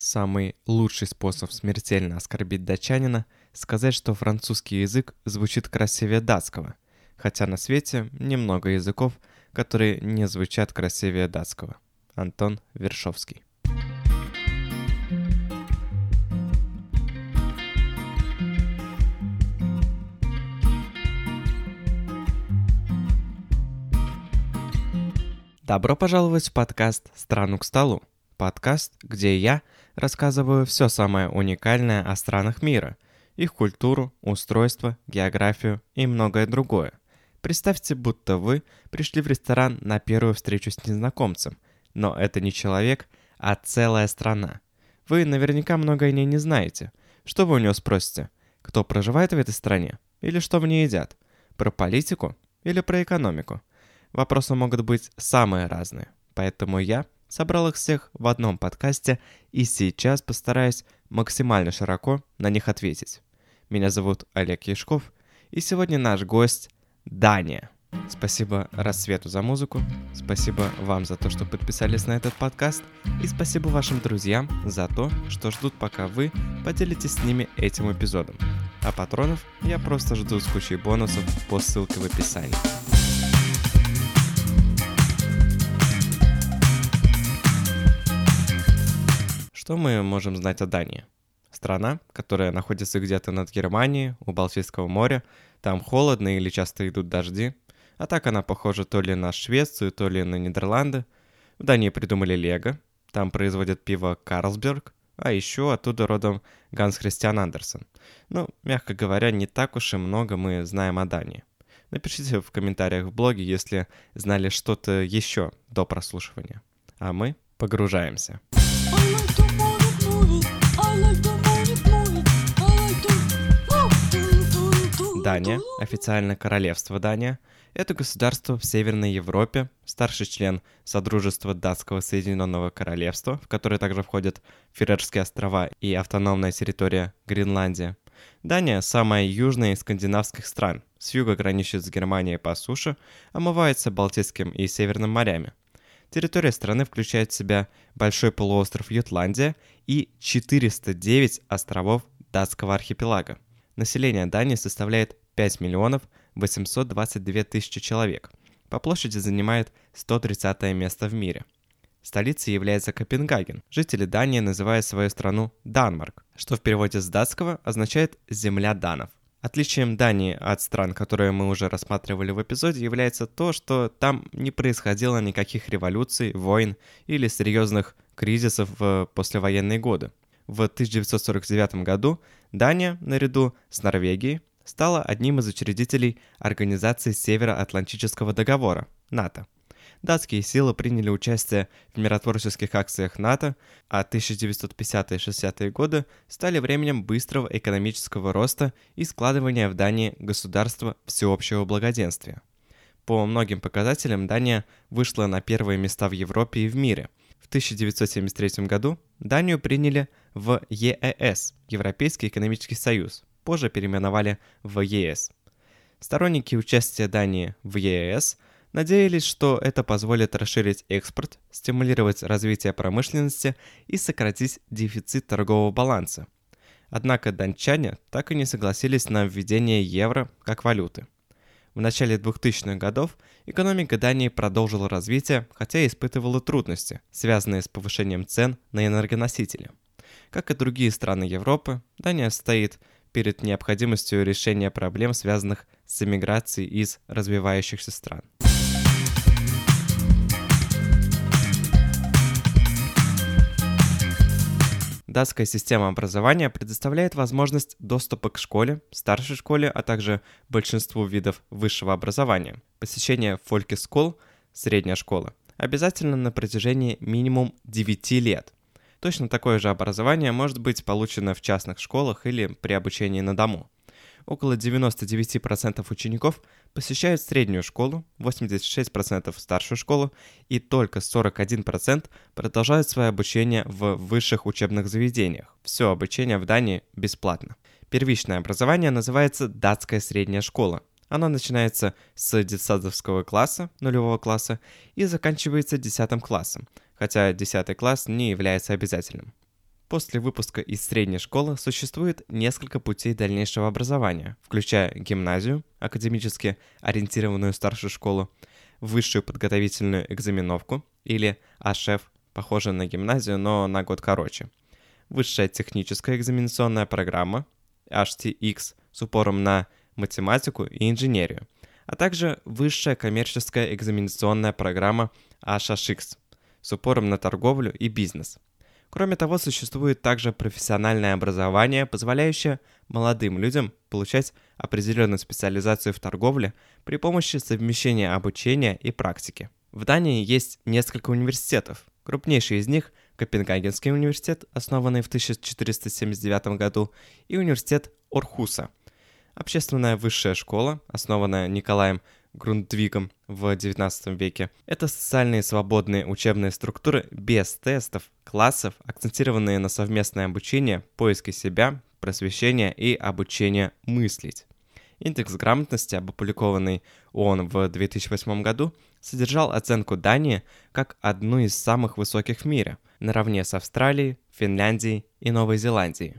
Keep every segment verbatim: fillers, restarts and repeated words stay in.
Самый лучший способ смертельно оскорбить датчанина — сказать, что французский язык звучит красивее датского, хотя на свете немного языков, которые не звучат красивее датского. Антон Вершовский. Добро пожаловать в подкаст «Страну к столу». Подкаст, где я рассказываю все самое уникальное о странах мира, их культуру, устройство, географию и многое другое. Представьте, будто вы пришли в ресторан на первую встречу с незнакомцем, но это не человек, а целая страна. Вы наверняка много о ней не знаете. Что вы у него спросите? Кто проживает в этой стране? Или что в ней едят? Про политику? Или про экономику? Вопросы могут быть самые разные, поэтому я собрал их всех в одном подкасте и сейчас постараюсь максимально широко на них ответить. Меня зовут Олег Яшков, и сегодня наш гость – Дания. Спасибо Рассвету за музыку, спасибо вам за то, что подписались на этот подкаст, и спасибо вашим друзьям за то, что ждут, пока вы поделитесь с ними этим эпизодом. А патронов я просто жду с кучей бонусов по ссылке в описании. Что мы можем знать о Дании? Страна, которая находится где-то над Германией, у Балтийского моря. Там холодно или часто идут дожди. А так она похожа то ли на Швецию, то ли на Нидерланды. В Дании придумали Лего. Там производят пиво Карлсберг. А еще оттуда родом Ганс Христиан Андерсен. Ну, мягко говоря, не так уж и много мы знаем о Дании. Напишите в комментариях в блоге, если знали что-то еще до прослушивания. А мы погружаемся. Дания, официально Королевство Дания, это государство в Северной Европе, старший член Содружества Датского Соединенного Королевства, в которое также входят Фарерские острова и автономная территория Гренландия. Дания – самая южная из скандинавских стран, с юга граничит с Германией по суше, омывается Балтийским и Северным морями. Территория страны включает в себя большой полуостров Ютландия и четыреста девять островов датского архипелага. Население Дании составляет пять миллионов восемьсот двадцать две тысячи человек. По площади занимает сто тридцатое место в мире. Столицей является Копенгаген. Жители Дании называют свою страну Данмарк, что в переводе с датского означает «земля данов». Отличием Дании от стран, которые мы уже рассматривали в эпизоде, является то, что там не происходило никаких революций, войн или серьезных кризисов в послевоенные годы. В тысяча девятьсот сорок девятом году Дания, наряду с Норвегией, стала одним из учредителей Организации Североатлантического договора – НАТО. Датские силы приняли участие в миротворческих акциях НАТО, а тысяча девятьсот пятидесятые и шестидесятые годы стали временем быстрого экономического роста и складывания в Дании государства всеобщего благоденствия. По многим показателям Дания вышла на первые места в Европе и в мире. В тысяча девятьсот семьдесят третьем году Данию приняли в Е Э Эс, Европейский экономический союз, позже переименовали в Е Эс. Сторонники участия Дании в Е Э Эс надеялись, что это позволит расширить экспорт, стимулировать развитие промышленности и сократить дефицит торгового баланса. Однако датчане так и не согласились на введение евро как валюты. В начале двухтысячных годов экономика Дании продолжила развитие, хотя и испытывала трудности, связанные с повышением цен на энергоносители. Как и другие страны Европы, Дания стоит перед необходимостью решения проблем, связанных с эмиграцией из развивающихся стран. Датская система образования предоставляет возможность доступа к школе, старшей школе, а также большинству видов высшего образования. Посещение фолькескол, средняя школа, обязательно на протяжении минимум девяти лет. Точно такое же образование может быть получено в частных школах или при обучении на дому. Около девяносто девять процентов учеников посещают среднюю школу, восемьдесят шесть процентов старшую школу и только сорок один процент продолжают свое обучение в высших учебных заведениях. Все обучение в Дании бесплатно. Первичное образование называется датская средняя школа. Оно начинается с детсадовского класса, нулевого класса, и заканчивается десятым классом, хотя десятый класс не является обязательным. После выпуска из средней школы существует несколько путей дальнейшего образования, включая гимназию, академически ориентированную старшую школу, высшую подготовительную экзаменовку или АШЭФ, похожая на гимназию, но на год короче, высшая техническая экзаменационная программа эйч ти икс с упором на математику и инженерию, а также высшая коммерческая экзаменационная программа эйч эйч икс с упором на торговлю и бизнес. Кроме того, существует также профессиональное образование, позволяющее молодым людям получать определенную специализацию в торговле при помощи совмещения обучения и практики. В Дании есть несколько университетов. Крупнейший из них – Копенгагенский университет, основанный в тысяча четыреста семьдесят девятом году, и университет Орхуса. Общественная высшая школа, основанная Николаем Грундвигом в девятнадцатом веке. Это социальные свободные учебные структуры без тестов, классов, акцентированные на совместное обучение, поиске себя, просвещение и обучение мыслить. Индекс грамотности, опубликованный ООН в две тысячи восьмом году, содержал оценку Дании как одну из самых высоких в мире, наравне с Австралией, Финляндией и Новой Зеландией.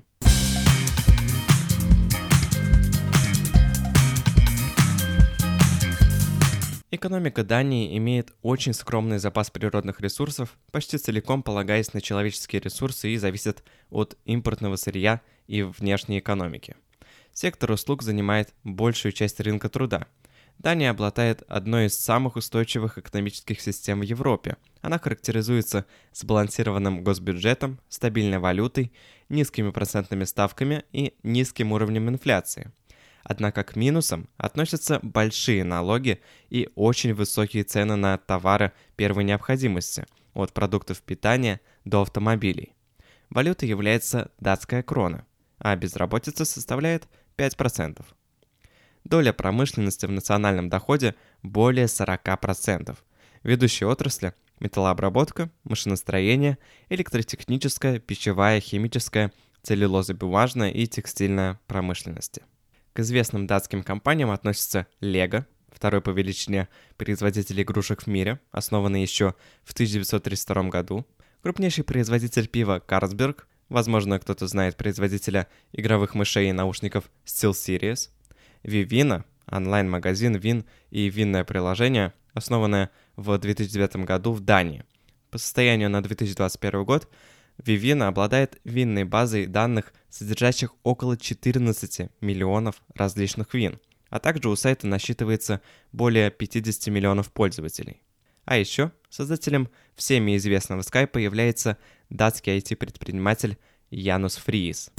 Экономика Дании имеет очень скромный запас природных ресурсов, почти целиком полагаясь на человеческие ресурсы и зависит от импортного сырья и внешней экономики. Сектор услуг занимает большую часть рынка труда. Дания обладает одной из самых устойчивых экономических систем в Европе. Она характеризуется сбалансированным госбюджетом, стабильной валютой, низкими процентными ставками и низким уровнем инфляции. Однако к минусам относятся большие налоги и очень высокие цены на товары первой необходимости, от продуктов питания до автомобилей. Валютой является датская крона, а безработица составляет пять процентов. Доля промышленности в национальном доходе более сорок процентов. Ведущие отрасли – металлообработка, машиностроение, электротехническая, пищевая, химическая, целлюлозно-бумажная и текстильная промышленности. К известным датским компаниям относятся Lego, второй по величине производитель игрушек в мире, основанный еще в тысяча девятьсот тридцать втором году, крупнейший производитель пива Carlsberg, возможно, кто-то знает производителя игровых мышей и наушников SteelSeries, Vivino, онлайн-магазин вин и винное приложение, основанное в две тысячи девятом году в Дании. По состоянию на две тысячи двадцать первый год Vivino обладает винной базой данных, содержащих около четырнадцати миллионов различных вин, а также у сайта насчитывается более пятидесяти миллионов пользователей. А еще создателем всеми известного скайпа является датский ай ти-предприниматель Янус Фриис.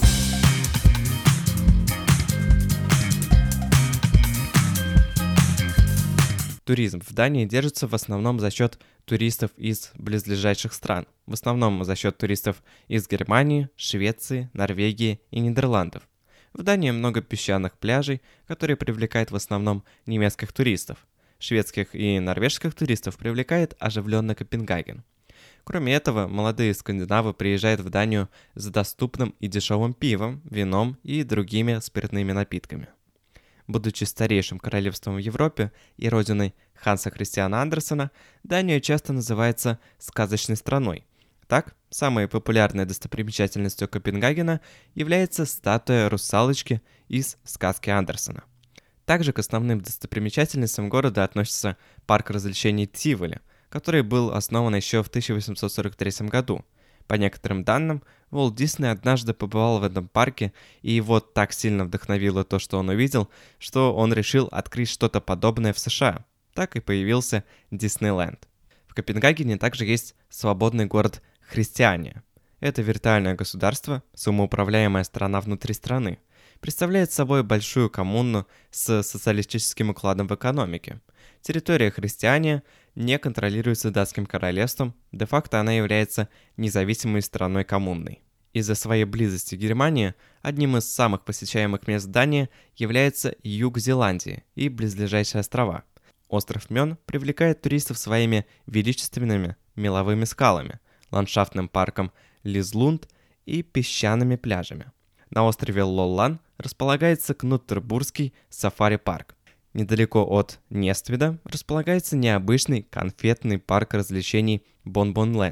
Туризм в Дании держится в основном за счет туристов из близлежащих стран, в основном за счет туристов из Германии, Швеции, Норвегии и Нидерландов. В Дании много песчаных пляжей, которые привлекают в основном немецких туристов. Шведских и норвежских туристов привлекает оживленный Копенгаген. Кроме этого, молодые скандинавы приезжают в Данию за доступным и дешевым пивом, вином и другими спиртными напитками. Будучи старейшим королевством в Европе и родиной Ханса Христиана Андерсена, Дания часто называется «сказочной страной». Так, самой популярной достопримечательностью Копенгагена является статуя русалочки из сказки Андерсена. Также к основным достопримечательностям города относится парк развлечений Тиволи, который был основан еще в тысяча восемьсот сорок третьем году. По некоторым данным, Уолт Дисней однажды побывал в этом парке, и его так сильно вдохновило то, что он увидел, что он решил открыть что-то подобное в США. Так и появился Диснейленд. В Копенгагене также есть свободный город Христиания. Это виртуальное государство, самоуправляемая страна внутри страны. Представляет собой большую коммуну с социалистическим укладом в экономике. Территория Христиания не контролируется датским королевством, де-факто она является независимой страной коммунной. Из-за своей близости к Германии, одним из самых посещаемых мест Дании является юг Зеландии и близлежащие острова. Остров Мён привлекает туристов своими величественными меловыми скалами, ландшафтным парком Лизлунд и песчаными пляжами. На острове Лоллан располагается Кнуттербургский сафари-парк. Недалеко от Нестведа располагается необычный конфетный парк развлечений Бонбонленд.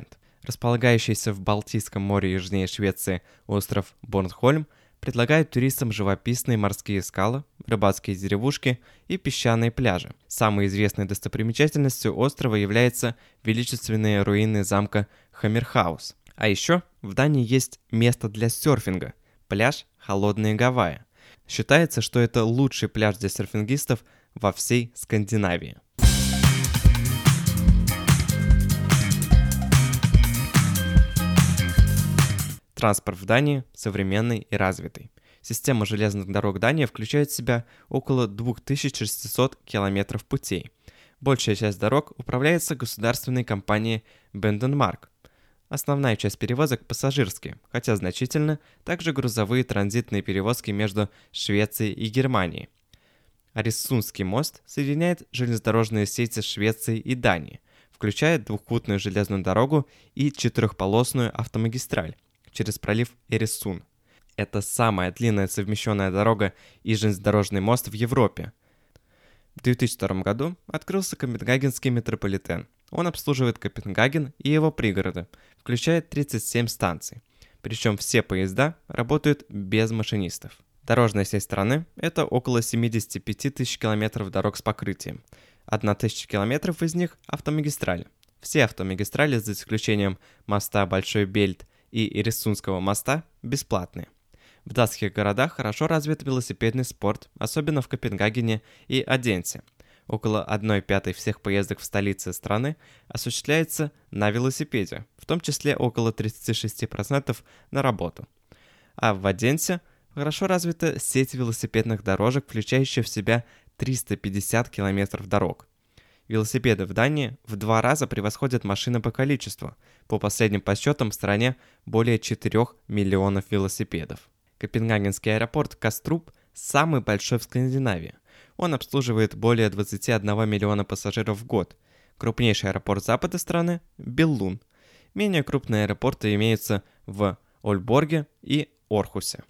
Располагающийся в Балтийском море южнее Швеции остров Борнхольм предлагает туристам живописные морские скалы, рыбацкие деревушки и песчаные пляжи. Самой известной достопримечательностью острова являются величественные руины замка Хаммерхаус. А еще в Дании есть место для серфинга – пляж Холодные Гавайи. Считается, что это лучший пляж для серфингистов во всей Скандинавии. Транспорт в Дании современный и развитый. Система железных дорог Дании включает в себя около две тысячи шестьсот километров путей. Большая часть дорог управляется государственной компанией Бенденмарк. Основная часть перевозок пассажирские, хотя значительно также грузовые транзитные перевозки между Швецией и Германией. Аресунский мост соединяет железнодорожные сети Швеции и Дании, включая двухпутную железную дорогу и четырехполосную автомагистраль через пролив Эресун. Это самая длинная совмещенная дорога и железнодорожный мост в Европе. В две тысячи втором году открылся Копенгагенский метрополитен. Он обслуживает Копенгаген и его пригороды, включая тридцать семь станций. Причем все поезда работают без машинистов. Дорожная сеть страны – это около семьдесят пять тысяч километров дорог с покрытием. тысяча километров из них – автомагистрали. Все автомагистрали, за исключением моста Большой Бельт и Эресунского моста, бесплатные. В датских городах хорошо развит велосипедный спорт, особенно в Копенгагене и Оденсе. Около одной пятой всех поездок в столице страны осуществляется на велосипеде, в том числе около тридцать шесть процентов на работу. А в Оденсе хорошо развита сеть велосипедных дорожек, включающая в себя триста пятьдесят километров дорог. Велосипеды в Дании в два раза превосходят машины по количеству. По последним подсчетам в стране более четырёх миллионов велосипедов. Копенгагенский аэропорт Каструп самый большой в Скандинавии. Он обслуживает более двадцать один миллиона пассажиров в год. Крупнейший аэропорт запада страны – Беллун. Менее крупные аэропорты имеются в Ольборге и Орхусе.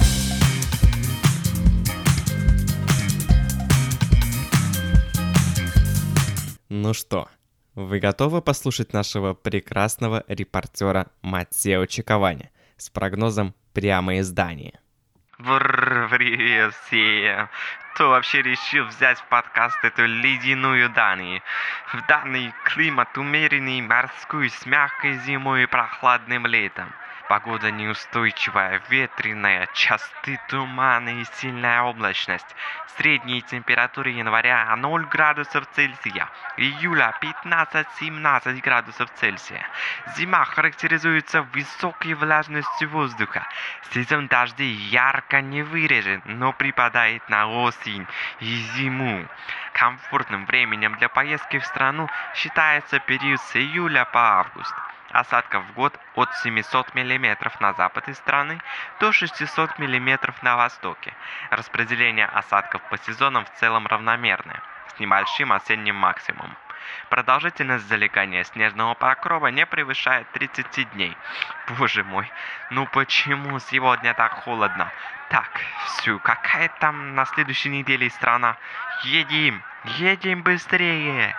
Ну что, вы готовы послушать нашего прекрасного репортера Маттео Чиковани с прогнозом прямо из Дании? Бррр, привет всем! Кто вообще решил взять в подкаст эту ледяную Данию? В Дании климат умеренный, морской, с мягкой зимой и прохладным летом. Погода неустойчивая, ветреная, частые туманы и сильная облачность. Средние температуры января ноль градусов Цельсия, июля пятнадцать-семнадцать градусов Цельсия. Зима характеризуется высокой влажностью воздуха. Сезон дождей ярко не выражен, но припадает на осень и зиму. Комфортным временем для поездки в страну считается период с июля по август. Осадков в год от семисот миллиметров на западе страны до шестисот миллиметров на востоке. Распределение осадков по сезонам в целом равномерное, с небольшим осенним максимумом. Продолжительность залегания снежного покрова не превышает тридцати дней. Боже мой, ну почему сегодня так холодно? Так, все, какая там на следующей неделе страна? Едем, едем быстрее!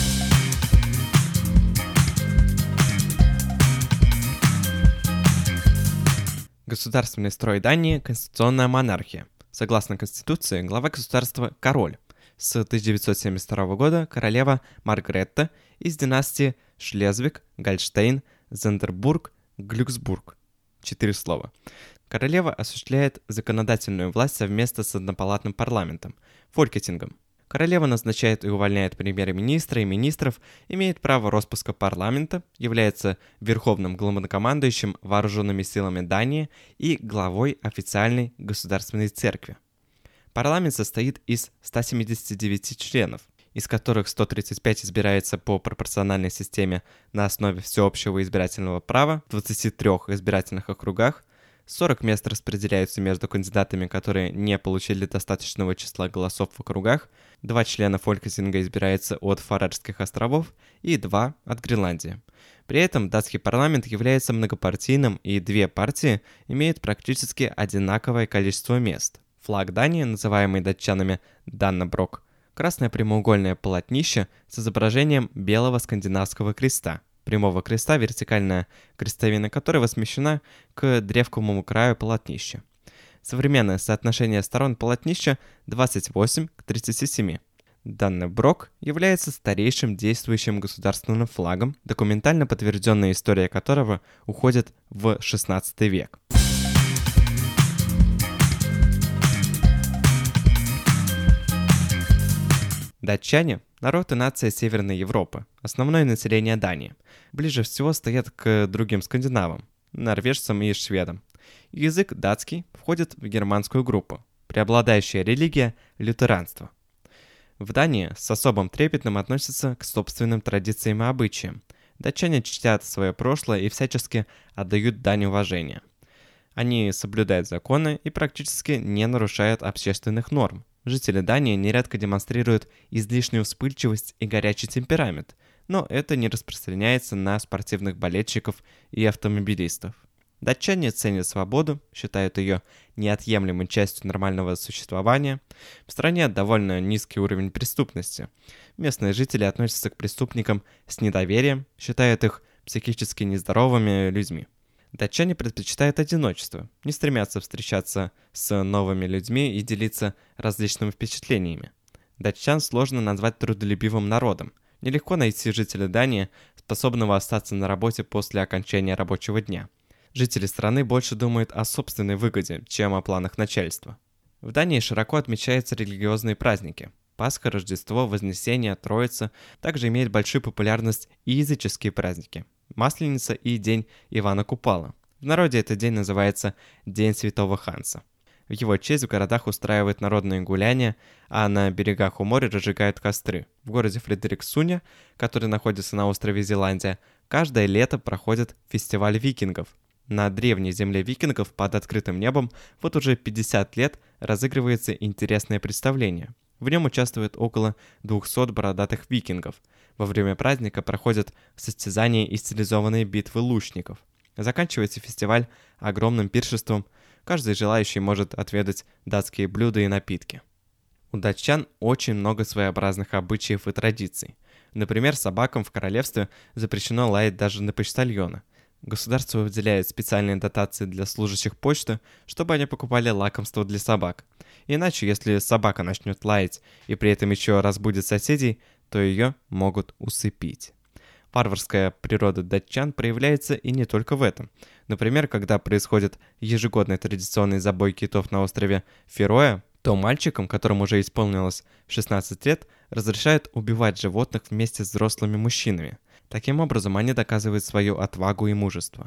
Государственный строй Дании – конституционная монархия. Согласно Конституции, глава государства – король. С тысяча девятьсот семьдесят второго года королева Маргретта из династии Шлезвиг, Гольштейн, Зандербург, Глюксбург. Четыре слова. Королева осуществляет законодательную власть совместно с однопалатным парламентом – Фолькетингом. Королева назначает и увольняет премьер-министра и министров, имеет право распуска парламента, является верховным главнокомандующим вооруженными силами Дании и главой официальной государственной церкви. Парламент состоит из ста семидесяти девяти членов, из которых сто тридцать пять избирается по пропорциональной системе на основе всеобщего избирательного права в двадцати трёх избирательных округах, сорок мест распределяются между кандидатами, которые не получили достаточного числа голосов в округах, два члена Фолькетинга избираются от Фарерских островов и два от Гренландии. При этом датский парламент является многопартийным, и две партии имеют практически одинаковое количество мест. Флаг Дании, называемый датчанами Даннеброк, красное прямоугольное полотнище с изображением белого скандинавского креста. прямого креста, вертикальная крестовина которой смещена к древковому краю полотнища. Современное соотношение сторон полотнища двадцать восемь к тридцати семи. Данный брок является старейшим действующим государственным флагом, документально подтвержденная история которого уходит в шестнадцатый век. Датчане – народ и нация Северной Европы, основное население Дании. Ближе всего стоят к другим скандинавам, норвежцам и шведам. Язык датский входит в германскую группу. Преобладающая религия – лютеранство. В Дании с особым трепетом относятся к собственным традициям и обычаям. Датчане чтят свое прошлое и всячески отдают дань уважения. Они соблюдают законы и практически не нарушают общественных норм. Жители Дании нередко демонстрируют излишнюю вспыльчивость и горячий темперамент, но это не распространяется на спортивных болельщиков и автомобилистов. Датчане ценят свободу, считают ее неотъемлемой частью нормального существования. В стране довольно низкий уровень преступности. Местные жители относятся к преступникам с недоверием, считают их психически нездоровыми людьми. Датчане предпочитают одиночество, не стремятся встречаться с новыми людьми и делиться различными впечатлениями. Датчан сложно назвать трудолюбивым народом. Нелегко найти жителя Дании, способного остаться на работе после окончания рабочего дня. Жители страны больше думают о собственной выгоде, чем о планах начальства. В Дании широко отмечаются религиозные праздники. Пасха, Рождество, Вознесение, Троица. Также имеют большую популярность и языческие праздники. Масленица и День Ивана Купала. В народе этот день называется День Святого Ханса. В его честь в городах устраивают народные гуляния, а на берегах у моря разжигают костры. В городе Фредериксуне, который находится на острове Зеландия, каждое лето проходит фестиваль викингов. На древней земле викингов под открытым небом вот уже пятьдесят лет разыгрывается интересное представление. В нем участвует около двухсот бородатых викингов. Во время праздника проходят состязания и стилизованные битвы лучников. Заканчивается фестиваль огромным пиршеством. Каждый желающий может отведать датские блюда и напитки. У датчан очень много своеобразных обычаев и традиций. Например, собакам в королевстве запрещено лаять даже на почтальона. Государство выделяет специальные дотации для служащих почты, чтобы они покупали лакомства для собак. Иначе, если собака начнет лаять и при этом еще разбудит соседей, то ее могут усыпить. Варварская природа датчан проявляется и не только в этом. Например, когда происходит ежегодный традиционный забой китов на острове Фероe, то мальчикам, которым уже исполнилось шестнадцать лет, разрешают убивать животных вместе с взрослыми мужчинами. Таким образом, они доказывают свою отвагу и мужество.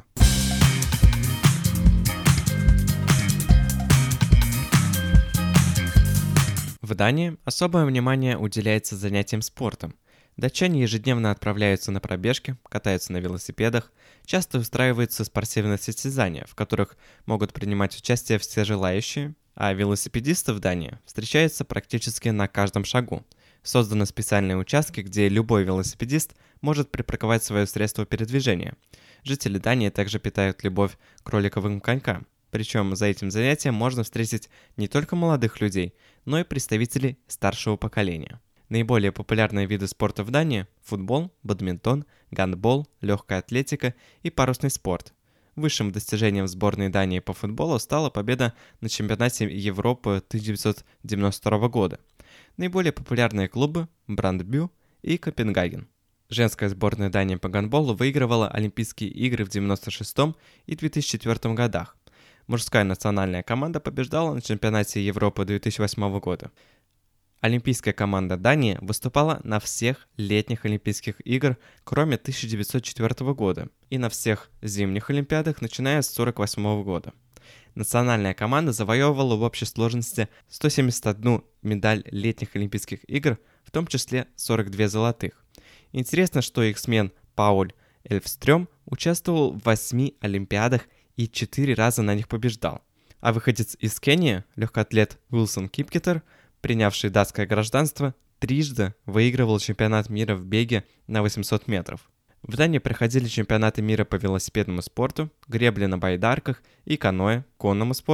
В Дании особое внимание уделяется занятиям спортом. Датчане ежедневно отправляются на пробежки, катаются на велосипедах, часто устраиваются спортивные состязания, в которых могут принимать участие все желающие, а велосипедисты в Дании встречаются практически на каждом шагу. Созданы специальные участки, где любой велосипедист может припарковать свое средство передвижения. Жители Дании также питают любовь к роликовым конькам. Причем за этим занятием можно встретить не только молодых людей, но и представителей старшего поколения. Наиболее популярные виды спорта в Дании – футбол, бадминтон, гандбол, легкая атлетика и парусный спорт. Высшим достижением сборной Дании по футболу стала победа на чемпионате Европы тысяча девятьсот девяносто второго года. Наиболее популярные клубы – Брандбю и Копенгаген. Женская сборная Дании по гандболу выигрывала Олимпийские игры в девяносто шестом и две тысячи четвёртом годах. Мужская национальная команда побеждала на чемпионате Европы две тысячи восьмого года. Олимпийская команда Дании выступала на всех летних Олимпийских игр, кроме тысяча девятьсот четвёртого года, и на всех зимних Олимпиадах, начиная с сорок восьмого года. Национальная команда завоевывала в общей сложности сто семьдесят одну медаль летних Олимпийских игр, в том числе сорок две золотых. Интересно, что их смен Пауль Эльфстрём участвовал в восьми Олимпиадах и четыре раза на них побеждал. А выходец из Кении, легкоатлет Уилсон Кипкетер, принявший датское гражданство, трижды выигрывал чемпионат мира в беге на восемьсот метров. В Дании проходили чемпионаты мира по велосипедному спорту, гребле на байдарках и каноэ, конному спорту,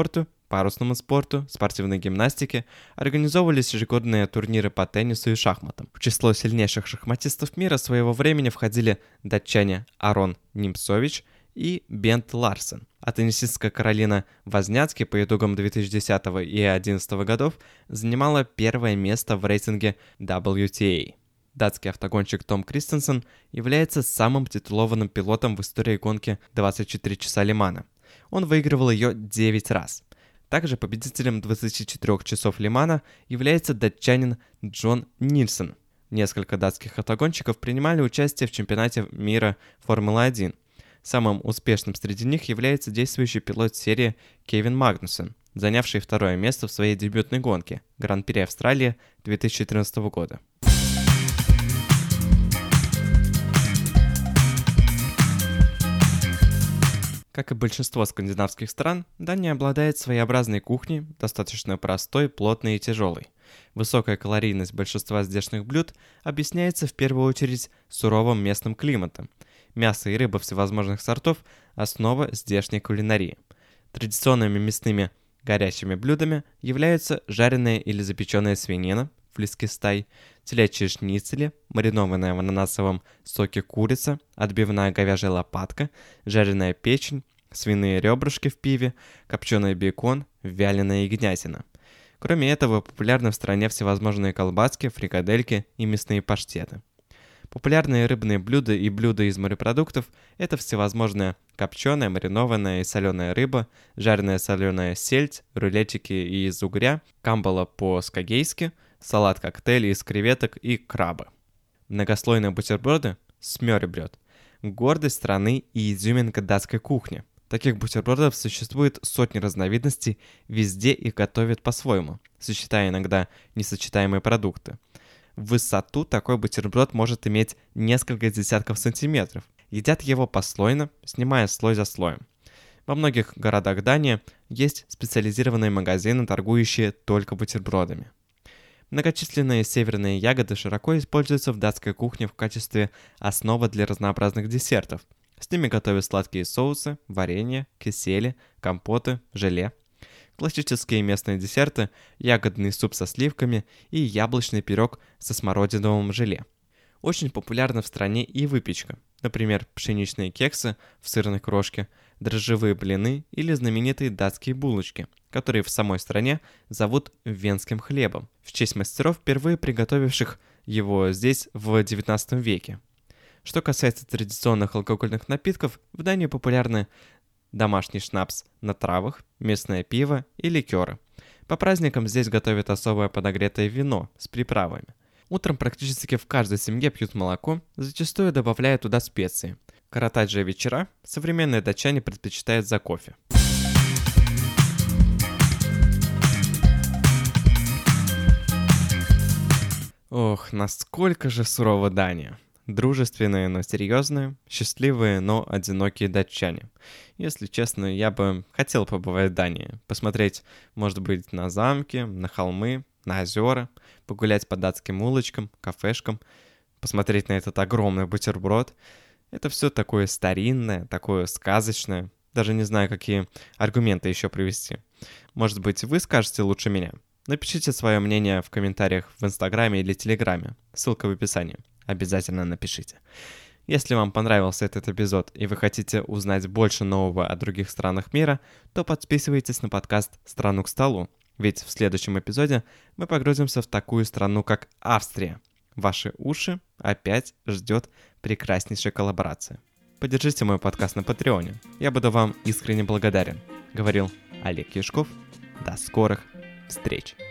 парусному спорту, спортивной гимнастике организовывались ежегодные турниры по теннису и шахматам. В число сильнейших шахматистов мира своего времени входили датчане Арон Нимцович и Бент Ларсен. А теннисистка Каролина Возняцки по итогам две тысячи десятого и две тысячи одиннадцатого годов занимала первое место в рейтинге дабл ю ти эй. Датский автогонщик Том Кристенсен является самым титулованным пилотом в истории гонки двадцать четыре часа Ле-Мана. Он выигрывал ее девять раз. Также победителем двадцати четырёх часов Ле-Мана является датчанин Джон Нильсон. Несколько датских автогонщиков принимали участие в чемпионате мира Формулы один. Самым успешным среди них является действующий пилот серии Кевин Магнуссен, занявший второе место в своей дебютной гонке Гран-при Австралии две тысячи четырнадцатого года. Как и большинство скандинавских стран, Дания обладает своеобразной кухней, достаточно простой, плотной и тяжелой. Высокая калорийность большинства здешних блюд объясняется в первую очередь суровым местным климатом. Мясо и рыба всевозможных сортов – основа здешней кулинарии. Традиционными мясными горячими блюдами являются жареная или запеченная свинина, флискестай, телячьи шницели, маринованная в ананасовом соке курица, отбивная говяжья лопатка, жареная печень, свиные ребрышки в пиве, копченый бекон, вяленая ягнятина. Кроме этого, популярны в стране всевозможные колбаски, фрикадельки и мясные паштеты. Популярные рыбные блюда и блюда из морепродуктов – это всевозможная копченая, маринованная и соленая рыба, жареная соленая сельдь, рулетики из угря, камбала по-скагейски, салат-коктейль из креветок и краба. Многослойные бутерброды – смёребрёд – гордость страны и изюминка датской кухни. Таких бутербродов существует сотни разновидностей везде и готовят по-своему, сочетая иногда несочетаемые продукты. В высоту такой бутерброд может иметь несколько десятков сантиметров. Едят его послойно, снимая слой за слоем. Во многих городах Дании есть специализированные магазины, торгующие только бутербродами. Многочисленные северные ягоды широко используются в датской кухне в качестве основы для разнообразных десертов. С ними готовят сладкие соусы, варенье, кисели, компоты, желе. Классические местные десерты – ягодный суп со сливками и яблочный пирог со смородиновым желе. Очень популярна в стране и выпечка, например, пшеничные кексы в сырной крошке, дрожжевые блины или знаменитые датские булочки, которые в самой стране зовут венским хлебом, в честь мастеров, впервые приготовивших его здесь в девятнадцатом веке. Что касается традиционных алкогольных напитков, в Дании популярны домашний шнапс на травах, местное пиво и ликеры. По праздникам здесь готовят особое подогретое вино с приправами. Утром практически в каждой семье пьют молоко, зачастую добавляя туда специи. Коротать же вечера современные датчане предпочитают за кофе. Ох, насколько же сурова Дания. Дружественные, но серьезные, счастливые, но одинокие датчане. Если честно, я бы хотел побывать в Дании, посмотреть, может быть, на замки, на холмы, на озера, погулять по датским улочкам, кафешкам, посмотреть на этот огромный бутерброд. Это все такое старинное, такое сказочное. Даже не знаю, какие аргументы еще привести. Может быть, вы скажете лучше меня? Напишите свое мнение в комментариях в Инстаграме или Телеграме. Ссылка в описании. Обязательно напишите. Если вам понравился этот эпизод и вы хотите узнать больше нового о других странах мира, то подписывайтесь на подкаст «Страну к столу». Ведь в следующем эпизоде мы погрузимся в такую страну, как Австрия. Ваши уши опять ждет прекраснейшая коллаборация. Поддержите мой подкаст на Патреоне. Я буду вам искренне благодарен. Говорил Олег Яшков. До скорых встреч.